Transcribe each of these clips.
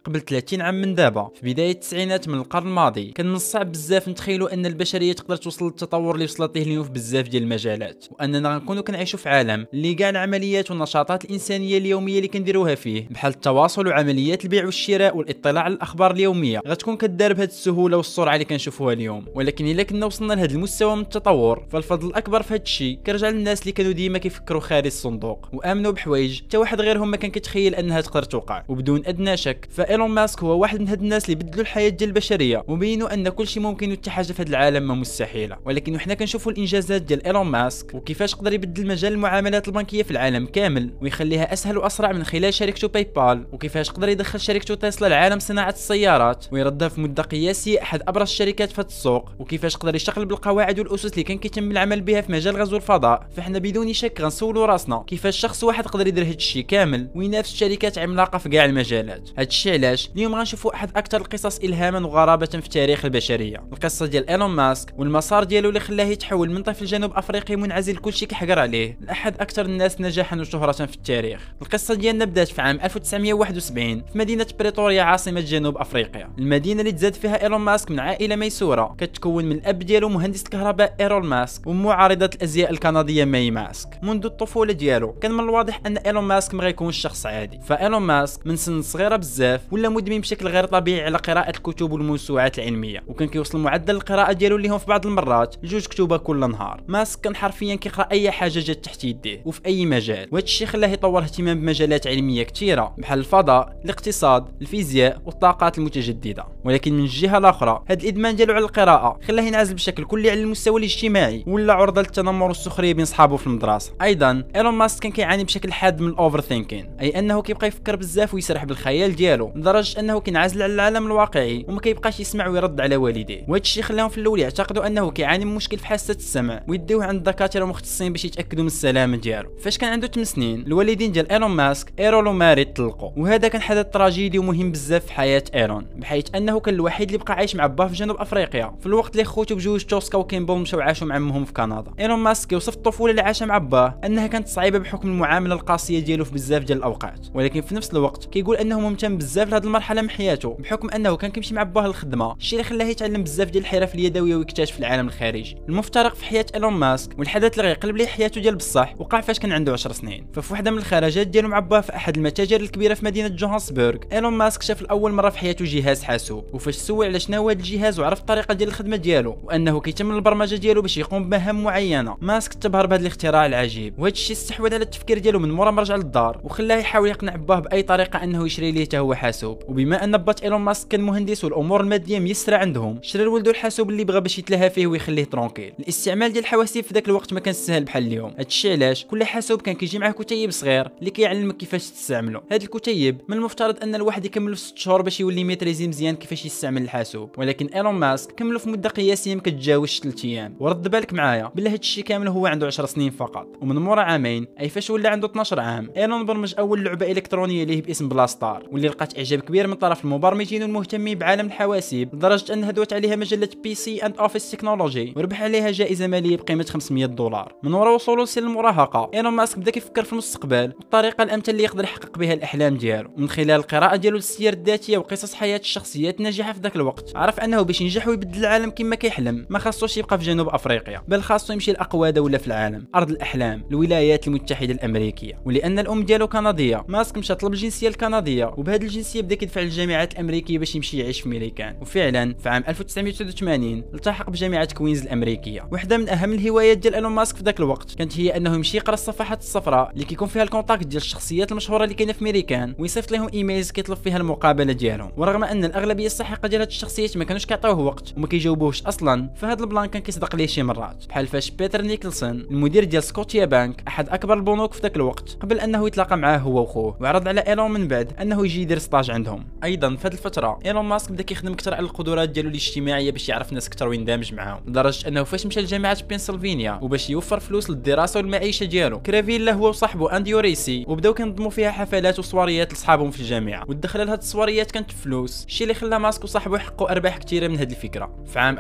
قبل 30 عام من دابا في بدايه التسعينات من القرن الماضي، كان من الصعب بزاف نتخيلوا ان البشريه تقدر توصل للتطور اللي وصلت ليه اليوم في بزاف ديال المجالات، واننا غنكونوا كنعيشوا في عالم اللي كاع العمليات والنشاطات الانسانيه اليوميه اللي كنديروها فيه بحال التواصل وعمليات البيع والشراء والاطلاع على الاخبار اليوميه غتكون كدار بهذه السهوله والسرعه اللي كنشوفوها اليوم. ولكن الا كنا وصلنا لهذا المستوى من التطور، فالفضل الاكبر في هذا الشيء كيرجع للناس اللي كانوا ديما كيفكروا خارج الصندوق وامنوا بحوايج حتى واحد غيرهم ما كان كيتخيل انها تقدر توقع. وبدون ادنى شك فايلون ماسك هو واحد من هاد الناس اللي بدلوا الحياه ديال البشريه وبينوا ان كل شيء ممكن وحتى حاجه في هذا العالم ما مستحيله. ولكن وحنا كنشوفوا الانجازات ديال ايلون ماسك وكيفاش قدر يبدل مجال المعاملات البنكيه في العالم كامل ويخليها اسهل واسرع من خلال شركته باي بال، وكيفاش قدر يدخل شركته تسلا لعالم صناعه السيارات ويردها في مده قياسيه احد ابرز الشركات في هذا السوق، وكيفاش قدر يشتغل بالقواعد والاسس اللي كان كيتم العمل بها في مجال غزو الفضاء. فاحنا بدون شك غنسولوا راسنا كيفاش شخص واحد قدر يدير هذا الشيء كامل وينافس شركات عملاقه في كاع المجالات. هذا الشيء علاش اليوم غنشوفوا احد اكثر القصص الهاما وغرابه في تاريخ البشريه، القصه ديال ايلون ماسك والمسار ديالو اللي خلاه يتحول من طفل جنوب افريقي منعزل كلشي كيحقر عليه لاحد اكثر الناس نجاحا وشهره في التاريخ. القصه ديالنا بدات في عام 1971 في مدينه بريتوريا عاصمه جنوب افريقيا، المدينه اللي تزاد فيها ايلون ماسك من عائله ميسوره كتكون من الاب ديالو مهندس الكهرباء ايرون ماسك ومعارضه الازياء الكنديه ماي ماسك. منذ الطفوله ديالو كان من الواضح ان ايلون ماسك ما غيكونش شخص عادي، فايلون ماسك من سن صغيره بزاف ولا مدمن بشكل غير طبيعي على قراءه الكتب والموسوعات العلميه، وكان كيوصل معدل القراءه ديالو اللي هم في بعض المرات لجوج كتب كل نهار. ماسك كان حرفيا كيقرا اي حاجه جات تحت يديه وفي اي مجال، وهذا الشيء خلاه يطور اهتمام بمجالات علميه كثيره بحال الفضاء، الاقتصاد، الفيزياء والطاقات المتجدده. ولكن من الجهه الاخرى هذا الادمان ديالو على القراءه خلاه ينعزل بشكل كلي على المستوى الاجتماعي ولا عرضه للتنمر والسخريه بين صحابه في المدرسه. ايضا ايلون ماسك كان كيعاني بشكل حاد من الاوفر ثينكين، اي انه كيبقى يفكر بزاف ويسرح بالخيال ديالو لدرجه انه كينعزل على العالم الواقعي وما كيبقاش يسمع ويرد على والديه. وهذا الشيء خلاهم في الاول يعتقدوا انه كيعاني من مشكل في حاسه السمع ويديوه عند دكاتره مختصين باش يتاكدوا من السلامه ديالو. فاش كان عنده 8 سنين الوالدين ديال ايلون ماسك ايرول وماري طلقوا، وهذا كان حدث تراجيدي ومهم بزاف في حياه ايلون، بحيث انه كان الوحيد اللي بقى عايش مع باه في جنوب افريقيا في الوقت اللي خوتو بجوج توسكا وكيمبول مشاو عاشوا مع امهم في كندا. ايلون ماسك يوصف الطفوله اللي عاشها مع باه انها كانت صعيبه بحكم المعامله القاسيه ديالو في بزاف ديال الاوقات، ولكن في نفس الوقت كيقول انه ممتن بزاف لهاد المرحله من حياته بحكم انه كان كيمشي مع باه للخدمه، الشيء اللي خلاه يتعلم بزاف ديال الحرف اليدويه ويكتشف العالم الخارجي. المفترق في حياه ايلون ماسك والحدث اللي غيقلب ليه حياته ديال بصح وقع فاش كان عنده 10 سنين. ففي وحده من الخرجات ديالو مع باه في احد المتاجر الكبيره في مدينه جوهانسبرغ، ايلون ماسك شاف لاول مره في حياته جهاز حاسوب، وفاش سول على شنو هو هذا الجهاز وعرف الطريقه ديال الخدمه ديالو وانه كيتم البرمجه ديالو باش يقوم بمهام معينه، ماسك تبهر بهذا الاختراع العجيب، وهذا الشيء استحوذ على التفكير ديالو من مورا ما رجع للدار وخلاه يحاول يقنع باه باي طريقه انه يشري ليه حتى هو حاسوب. وبما ان بات ايلون ماسك كان مهندس والامور الماديه ميسره عندهم، شرى لولدو الحاسوب اللي بغى باش يتلهى فيه ويخليه ترونكيل. الاستعمال ديال الحواسيب في ذاك الوقت ما كان سهل بحال اليوم، هذا الشيء علاش كل حاسوب كان كيجي معاه كتيب صغير اللي كيعلمك كيفاش تستعمله. هذا الكتيب من المفترض ان الواحد يكمل في 6 شهور باش يولي ميتريزي مزيان كيفاش يستعمل الحاسوب، ولكن ايلون ماسك كملوا في مده قياسيه ما كتجاوزش 3 ايام. ورد بالك معايا بلا هذا الشيء كامل هو عنده 10 سنين فقط، ومن مورا عامين اي فاش ولا عنده 12 عام ايلون برمج اول لعبه الكترونيه ليه باسم بلاستار، واللي لقات اعجاب كبير من طرف المبرمجين والمهتمين بعالم الحواسيب لدرجه انها دوت عليها مجله بي سي اند اوفيس تكنولوجي وربح عليها جائزه ماليه بقيمه $500. من وراء وصوله لسن المراهقه ايلون ماسك بدا كيفكر في المستقبل والطريقه الامثل اللي يقدر يحقق بها الاحلام ديالو من خلال القراءه ديالو للسير الذاتيه وقصص حياه الشخصيات الناجحه في ذاك الوقت. عرف انه باش ينجح ويبدل العالم كما كيحلم ما خاصوش يبقى في جنوب افريقيا، بل خاصو يمشي لاقوى دوله في العالم، ارض الاحلام، الولايات المتحده الامريكيه. ولان الام ديالو كنديه ماسك مشى طلب الجنسيه الكنديه، وبهذه الجنسيه بدا كيدفع للجامعات الامريكيه باش يمشي يعيش في ميريكان. وفعلا في عام 1989 التحق بجامعه كوينز الامريكيه. واحده من اهم الهوايات ديال ايلون ماسك في ذاك الوقت كانت هي انه يمشي يقرا الصفحات الصفراء اللي كيكون فيها الكونتاكت ديال الشخصيات المشهوره اللي كاينه في ميريكان ويصيفط لهم ايميلز كيطلب فيها المقابله ديالهم. ورغم ان الاغلبيه الساحقه ديال هاد الشخصيات ما كانوش كيعطيوه وقت وما كيجاوبوهش اصلا، فهاد البلان كان كيصدق ليه شي مرات، بحال فاش بيتر نيكلسون المدير ديال سكوتيا بانك احد اكبر البنوك في ذاك الوقت قبل انه يتلاقى معاه هو وخوه وعرض على ايلون من بعد انه يجي يدير ستاج عندهم. ايضا في هذه الفتره ايلون ماسك بدا كيخدم اكثر على القدرات ديالو الاجتماعيه باش يعرف ناس اكثر ويندمج معاهم، لدرجه انه فاش مشى لجامعه بنسلفانيا وباش يوفر فلوس للدراسه والمعيشه ديالو كرافيلا هو وصاحبه انديو ريسي وبداو كينظموا فيها حفلات وصواريات لصحابهم في الجامعه، والدخله لهاد الصواريات كانت فلوس، الشيء اللي خلى ماسك وصاحبه يحققوا ارباح كثيره من هذه الفكره. في عام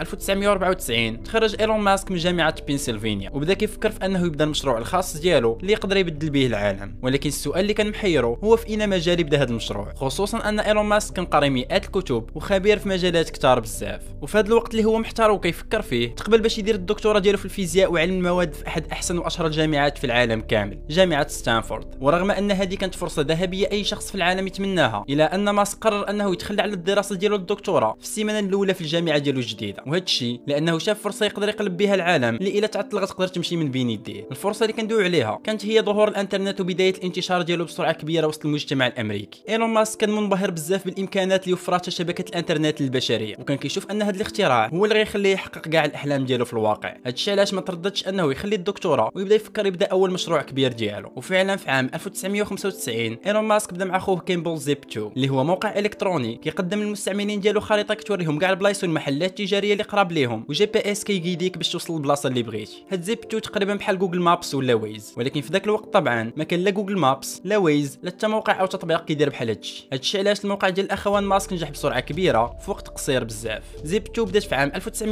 1994 تخرج ايلون ماسك من جامعه بنسلفانيا وبدا كيفكر في انه يبدا المشروع الخاص ديالو اللي يقدر يبدل به العالم. ولكن السؤال اللي كان محيره هو في اين مجال يبدا هذا المشروع، خصوصا خصوصا ان ايلون ماسك كان قاري مئات الكتب وخبير في مجالات كتار بزاف. وفي هذا الوقت اللي هو محتار وكيفكر فيه تقبل باش يدير الدكتوراه ديالو في الفيزياء وعلم المواد في احد احسن واشهر الجامعات في العالم كامل، جامعه ستانفورد. ورغم ان هذه كانت فرصه ذهبيه اي شخص في العالم يتمناها، الى ان ماسك قرر انه يتخلى على الدراسه ديالو الدكتوراه في السيمانه الاولى في الجامعه ديالو الجديده، وهذا الشيء لانه شاف فرصه يقدر يقلب بها العالم اللي الا تعطل غتقدر تمشي من بين يديه. الفرصه اللي كندويو عليها كانت هي ظهور الانترنت وبدايه الانتشار ديالو بسرعه كبيره وسط المجتمع الامريكي. ايلون ماسك كان منبهر بزاف بالامكانات اللي وفرتها شبكه الانترنت للبشريه، وكان كيشوف ان هذا الاختراع هو اللي غيخليه يحقق كاع الاحلام ديالو في الواقع. هذا الشيء علاش ما ترددش انه يخلي الدكتوراه ويبدا يفكر يبدا اول مشروع كبير ديالو. وفعلا في عام 1995 ايلون ماسك بدا مع اخوه كيمبل زيب 2 اللي هو موقع الكتروني كيقدم للمستعملين ديالو خريطه كتوريهم كاع البلايص والمحلات التجاريه اللي قراب ليهم، وجي بي اس كيقيديك باش توصل للبلاصه اللي بغيتي. هاد زيب 2 تقريبا بحال جوجل مابس ولا ويز، ولكن في ذاك الوقت طبعا ما كان لا جوجل مابس لا ويز لا حتى موقع او تطبيق كيدير بحال هادشي. هادشي علاش الموقع ديال الاخوان ماسك نجح بسرعه كبيره في وقت قصير بزاف. زيب 2 بدات في عام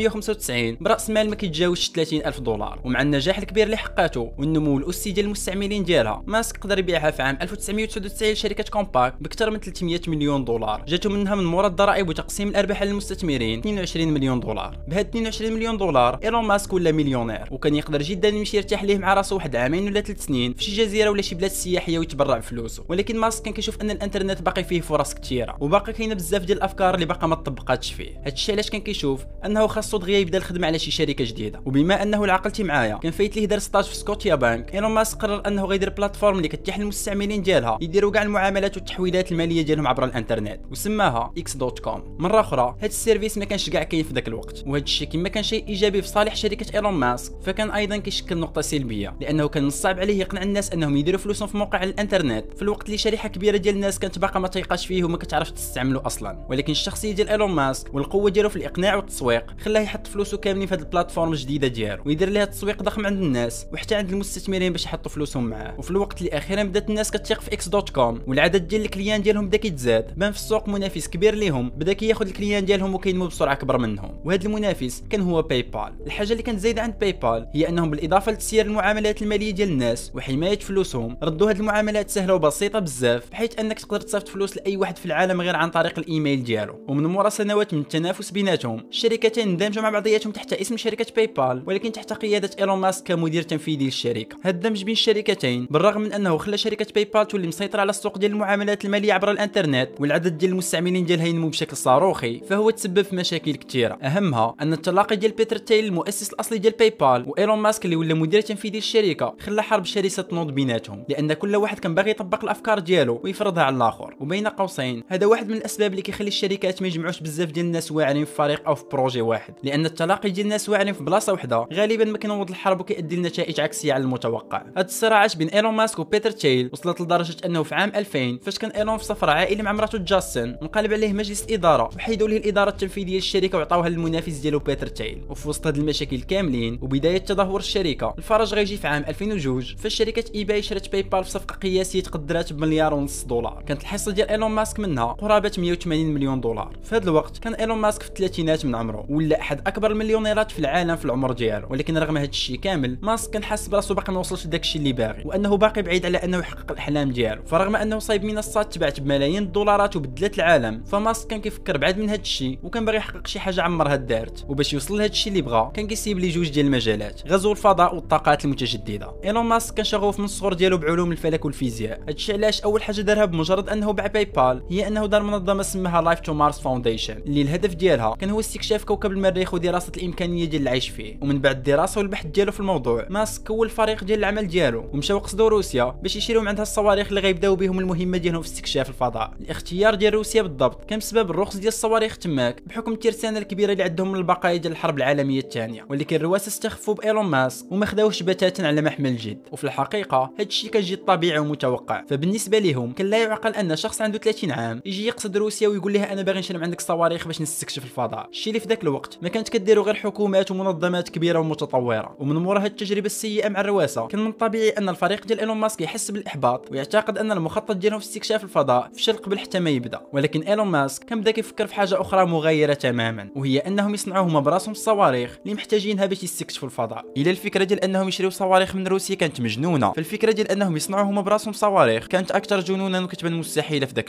1995 براس مال ما كيتجاوزش $30,000، ومع النجاح الكبير اللي حققته والنمو الاسي ديال المستعملين ديالها ماسك قدر يبيعها في عام 1999 لشركه كومباك بأكثر من $300 مليون، جاتو منها من مورا الضرائب وتقسيم الارباح للمستثمرين $22 مليون. بهاد $22 مليون ايلون ماسك ولا مليونير، وكان يقدر جدا يمشي يرتاح ليه مع راسو واحد عامين ولا 3 سنين في شي جزيره ولا شي بلاد سياحيه ويتبرع بفلوسه. ولكن ماسك كان كيشوف ان الانترنت باقي فيه فرص كثيره وباقي كاينه بزاف ديال الافكار اللي باقا ما طبقاتش فيه. هادشي علاش كان كيشوف انه خاصو دغيا يبدا الخدمه على شي شركه جديده. وبما انه العقلتي معايا كان فايت ليه دار ستاج في سكوتيا بانك، ايلون ماسك قرر انه غيدير بلاتفورم اللي كتيح للمستعملين ديالها يديروا كاع المعاملات والتحويلات الماليه ديالهم عبر الانترنت، وسماها x.com. مره اخرى هاد السيرفيس ما كانش كاع كاين في ذاك الوقت، وهذا الشيء كما كان شيء ايجابي في صالح شركه ايلون ماسك فكان ايضا كيشكل نقطه سلبيه، لانه كان من الصعب عليه يقنع الناس انهم يديروا فلوسهم في موقع الانترنت في الوقت اللي شريحه كبيره ديال الناس كانت باقا ما تيقاش فيه وما كتعرفش تستعمله اصلا. ولكن الشخصيه ديال ايلون ماسك والقوه ديالو في الاقناع والتسويق خلاه يحط فلوسه كاملين في هذه البلاتفورم الجديده ديالو ويدير ليها تسويق ضخم عند الناس وحتى عند المستثمرين باش يحطوا فلوسهم معاه. وفي الوقت اللي اخيرا بدات الناس كتثق في x.com والعدد ديال الكليان ديالهم بدا كيتزاد، بان في السوق منافس كبير ليهم بدا كياخذ الكليان ديالهم وكينمو بسرعه كبر منهم، وهذا المنافس كان هو باي بال. الحاجه اللي كانت زايده عند باي بال هي انهم بالاضافه لتسيير المعاملات الماليه ديال الناس وحمايه فلوسهم ردوا هذه المعاملات سهله وبسيطه بزاف، بحيث انك تقدر تصيفط فلوس لاي واحد في العالم غير عن طريق الايميل ديالو. ومن مورا سنوات من التنافس بيناتهم الشركتين اندمجوا مع بعضياتهم تحت اسم شركه باي بال، ولكن تحت قياده ايلون ماسك كمدير تنفيذي للشركه. هذا الدمج بين الشركتين بالرغم من انه خلى شركه باي بال تولي مسيطره على السوق ديال المعاملات الماليه عبر الانترنت والعدد ديال المستعملين ديالها ينمو بشكل صاروخي، فهو تسبب في مشاكل كثيره. اهمها ان التلاقي ديال بيتر تيل المؤسس الاصلي ديال باي بال وايلون ماسك اللي ولا مدير تنفيذي للشركه خلى حرب شرسه تنوض بيناتهم، لان كل واحد كان باغي يطبق الافكار ديالو ويفرضها على الاخر. وبين قوسين هذا واحد من الاسباب اللي كيخلي الشركات ما يجمعوش بزاف ديال الناس واعرين في فريق او في بروجي واحد، لان التلاقي ديال الناس واعرين في بلاصه واحده غالبا ما كينوض الحرب وكيؤدي لنتائج عكسيه على المتوقع. هاد الصراعات بين ايلون ماسك وبيتر تيل وصلت لدرجه انه في عام 2000 فاش كان ايلون في سفر عائلي مع مراته جاستن انقلب عليه مجلس الاداره وحيدوا ليه الاداره التنفيذيه للشركه وعطاوها للمنافس ديالو بيتر تيل. وفي وسط هاد المشاكل كاملين وبدايه تدهور الشركه الفرج غيجي في عام 2002 فاش شركه ايباي شرت باي بال في صفقه قياسيه تقدرات ب$1.5 مليار. كانت الحصه ديال ايلون ماسك منها قرابه $180 مليون. في هذا الوقت كان ايلون ماسك في الثلاثينات من عمره ولا احد اكبر المليونيرات في العالم في العمر ديالو، ولكن رغم هذا الشيء كامل ماسك كان حاس براسو باقي ما وصلش لذاك الشيء اللي باغي وانه باقي بعيد على انه يحقق الاحلام ديالو. فرغم انه صايب منصات تبعت بملايين الدولارات وبدلت العالم، فماسك كان كيفكر بعد من هذا الشيء وكان باغي يحقق شي حاجه عمرها دارت. وباش يوصل لهذا الشيء اللي بغا كان كيسيب لي جوج ديال المجالات: غزو الفضاء والطاقات المتجدده. ايلون ماسك كان شغوف من الصغر ديالو بعلوم الفلك والفيزياء، هذا الشيء علاش اول حاجه دارها بمجرد انه باع باي بال هي انه دار منظمه سماها لايف تو مارس فاونديشن اللي الهدف ديالها كان هو استكشاف كوكب المريخ ودراسه الامكانيه ديال العيش فيه. ومن بعد الدراسه والبحث ديالو في الموضوع ماسك كون الفريق ديال العمل ديالو ومشاو قصدوا روسيا باش يشريو من عندها الصواريخ اللي غيبداو بهم المهمه ديالهم في استكشاف الفضاء. الاختيار ديال روسيا بالضبط كان بسبب الرخص ديال الصواريخ تماك بحكم الترسانه الكبيره اللي عندهم من البقايا ديال الحرب العالميه الثانيه، ولكن الرواسه استخفوا بايلون ماسك وما خداوش بتاتا على محمل الجد. وفي الحقيقه هذا الشيء كان جد طبيعي ومتوقع، فبالنسبه لهم كان لا يعقل ان شخص عنده 30 عام يجي يقصد روسيا ويقول لها انا باغي نشري من عندك صواريخ باش نستكشف الفضاء. الشيء اللي في ذاك الوقت ما كانت كديروا غير حكومات ومنظمات كبيره ومتطوره. ومن مورا هذه التجربه السيئه مع الرواسه كان من الطبيعي ان الفريق ديال ايلون ماسك يحس بالاحباط ويعتقد ان المخطط ديالهم في استكشاف الفضاء فشل قبل حتى ما يبدا. ولكن ايلون ماسك كان بدا كيفكر في حاجه اخرى مغايره تماما، وهي انهم يصنعوا هما براسهم الصواريخ اللي محتاجينها باش يستكشفوا الفضاء. الى الفكره ديال انهم يشريو صواريخ من روسيا كانت مجنونه، فالفكره ديال انهم يصنعوا هما براسهم صواريخ كانت اكثر جنونا وكتبان مستحيله في ذاك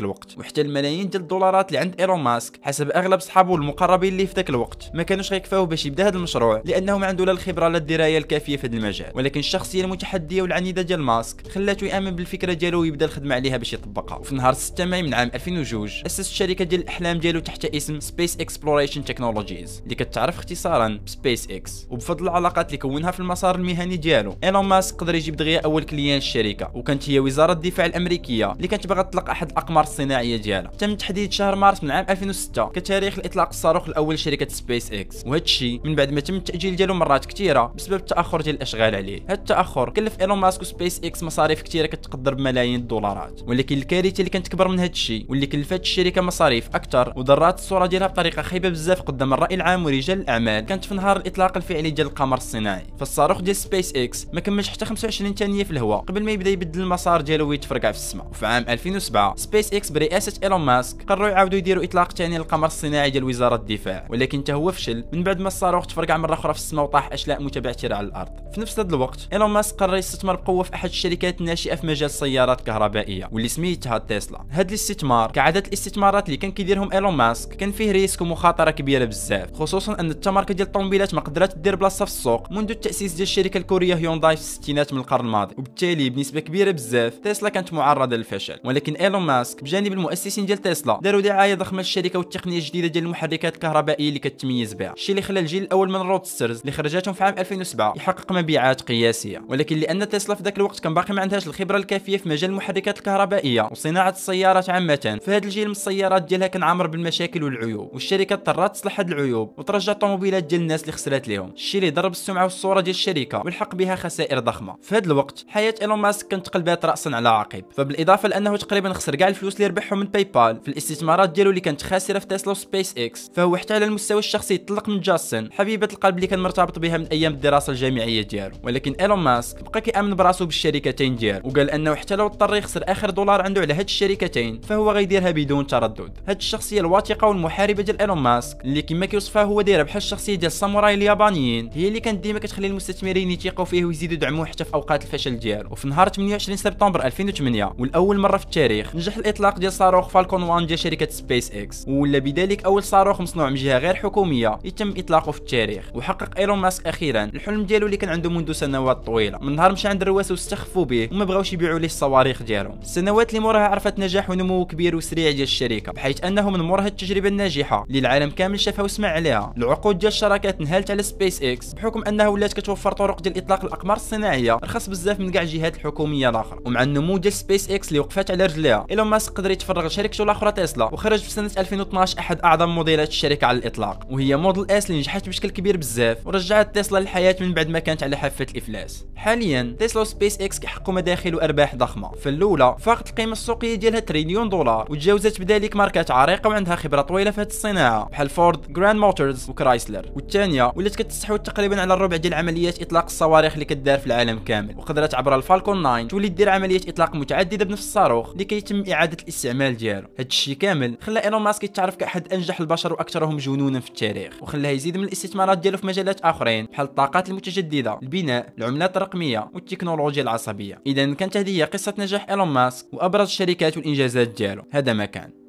الوقت، وحتى الملايين ديال الدولارات اللي عند ايلون ماسك حسب اغلب صحابه المقربين اللي في ذاك الوقت ما كانوش غيكفاوه باش يبدا هذا المشروع، لانه ما عنده لا الخبره لا الدرايه الكافيه في هذا المجال. ولكن الشخصيه المتحديه والعنيده ديال ماسك خلاته يامن بالفكره ديالو ويبدا الخدمه عليها باش يطبقها. وفي نهار 6 ماي من عام 2002 اسس الشركه ديال الاحلام ديالو تحت اسم سبيس اكسبلوريشن تكنولوجيز اللي كتعرف اختصارا سبيس اكس. وبفضل العلاقات اللي كونها في المسار المهني ديالو ايلون ماسك قدر يجيب دغيا اول كليان الشركه، وكانت هي وزاره الدفاع الامريكيه اللي كانت باغا تطلق احد الاقمار الصناعيه ديالها. تم تحديد شهر مارس من عام 2006 كتاريخ الاطلاق الصاروخ الاول لشركه سبيس اكس، وهذا الشيء من بعد ما تم التاجيل ديالو مرات كثيره بسبب التاخر ديال الاشغال عليه. هذا التاخر كلف ايلون ماسك وسبيس اكس مصاريف كثيره كتقدر بملايين الدولارات، ولكن الكارثه اللي كانت كبر من هذا الشيء واللي كلفت الشركه مصاريف اكثر وضرات الصوره ديالها بطريقه خايبه بزاف قدام الراي العام ورجال الاعمال كانت في نهار الاطلاق الفعلي ديال القمر الصناعي. فالصاروخ ديال سبيس اكس ما كملش حتى 25 ثانيه في الهواء قبل ما يبدا يبدل المسار ديالو ويتفرقع في السماء. وفي عام 2007 سبيس اكس برئاسه ايلون ماسك قرروا يعاودوا يديروا اطلاق ثاني للقمر الصناعي ديال وزاره الدفاع، ولكن حتى هو فشل من بعد ما الصاروخ تفرقع مره اخرى في السماء وطاح اشلاء متبعثره على الارض. في نفس هذا الوقت ايلون ماسك قرر يستثمر بقوه في احد الشركات الناشئه في مجال السيارات الكهربائيه واللي سميتها تسلا. هذا الاستثمار كعاده الاستثمارات اللي كان كيديرهم ايلون ماسك كان فيه ريسك ومخاطره كبيره بزاف، خصوصا ان التماركه ديال الطوموبيلات ما قدرات دير بلاصه في السوق منذ التاسيس ديال الشركه الكوريه هيونداي في الستينات من القرن الماضي، وبالتالي بنسبه كبيره بزاف تسلا كانت معرضه للفشل. ولكن ايلون ماسك بجانب المؤسسين ديال تسلا داروا دعايه ضخمه للشركه والتقنيه الجديده ديال المحركات الكهربائيه اللي كتميز بها، الشيء اللي خلى الجيل الاول من الرودسترز اللي خرجاتهم في عام 2007 يحقق مبيعات قياسيه. ولكن لان تسلا في ذاك الوقت كان باقي ما عندهاش الخبره الكافيه في مجال المحركات الكهربائيه وصناعه السيارات عامه، فهاد الجيل من السيارات ديالها كان عامر بالمشاكل والعيوب، والشركه اضطرت تصلح هاد العيوب وترجع الطوموبيلات ديال الناس اللي خسرات ليهم، الشيء اللي ضرب السمعه والصوره ديال الشركه والحق بها خسائر ضخمه. في هذا الوقت حياه ايلون ماسك كانت تقلبات راسا على عقب، فبالاضافه لانه تقريبا خسر كاع الفلوس اللي ربحهم من باي بال في الاستثمارات ديالو اللي كانت خاسره في تسلا وسبيس اكس، فهو حتى على المستوى الشخصي طلق من جاستن حبيبه القلب اللي كان مرتبط بها من ايام الدراسه الجامعيه ديالو. ولكن ايلون ماسك بقى كيامن براسو بالشركتين ديالو، وقال انه حتى لو اضطر يخسر اخر دولار عنده على هاد الشركتين فهو غيديرها بدون تردد. هاد الشخصيه الواثقه والمحاربه ديال ايلون ماسك اللي كما كيوصفها هو دايره بحال الشخصيه ديال الساموراي اليابانيين هي اللي كانت ديما كتخلي المستثمرين يثيقوا فيه ويزيدوا يدعموه حتى في اوقات الفشل ديالو. وفي نهار 28 سبتمبر 2008 والاول مره في التاريخ نجح الاطلاق ديال صاروخ فالكون 1 ديال شركه سبيس اكس، ولا بذلك اول صاروخ مصنوع من جهه غير حكوميه يتم اطلاقه في التاريخ. وحقق ايلون ماسك اخيرا الحلم ديالو اللي كان عنده منذ سنوات طويله، من نهار مشى عند الرواسه واستخفوا به وما بغاوش يبيعوا ليه الصواريخ ديالهم. السنوات اللي موراها عرفت نجاح ونمو كبير وسريع ديال الشركه، بحيث انه من مور هاد التجربه الناجحه اللي العالم كامل شافها وسمع عليها العقود ديال الشراكات انهالت على سبيس اكس بحكم انها ولات كتوفر طرق ديال اطلاق الاقمار الصناعيه ارخص بزاف من كاع الجهات الحكوميه الاخرى. ومع النمو ديال سبيس اكس اللي وقفات على رجليها ايلون ماسك قدر يتفرغ لشركته الاخرى تسلا، وخرج في سنه 2012 احد اعظم موديلات الشركه على الاطلاق، وهي موديل اس اللي نجحت بشكل كبير بزاف ورجعت تسلا للحياه من بعد ما كانت على حافه الافلاس. حاليا تسلا وسبيس اكس كيحققوا مداخل وارباح ضخمه، فالاولى فاقت القيمه السوقيه ديالها تريليون دولار، وتجاوزت بذلك ماركات عريقه وعندها خبره طويله في هذه الصناعه بحال فورد، جراند موتورز وكرايسلر. والثانيه ولات كتستحوذ تقريبا على الربع ديال عمليات اطلاق الصواريخ اللي كدار في العالم كامل، وقدرت عبر الفالكون 9 تولي دير عمليه اطلاق متعدده بنفس الصاروخ لكي يتم اعاده الاستعمال ديالو. هذا الشيء كامل خلى ايلون ماسك يتعرف كاحد انجح البشر واكثرهم جنونا في التاريخ، وخلاه يزيد من الاستثمارات ديالو في مجالات اخرين بحال الطاقات المتجدده، البناء، العملات الرقميه والتكنولوجيا العصبيه. اذا كانت هذه هي قصه نجاح ايلون ماسك وابرز الشركات والانجازات ديالو. هذا ما كان.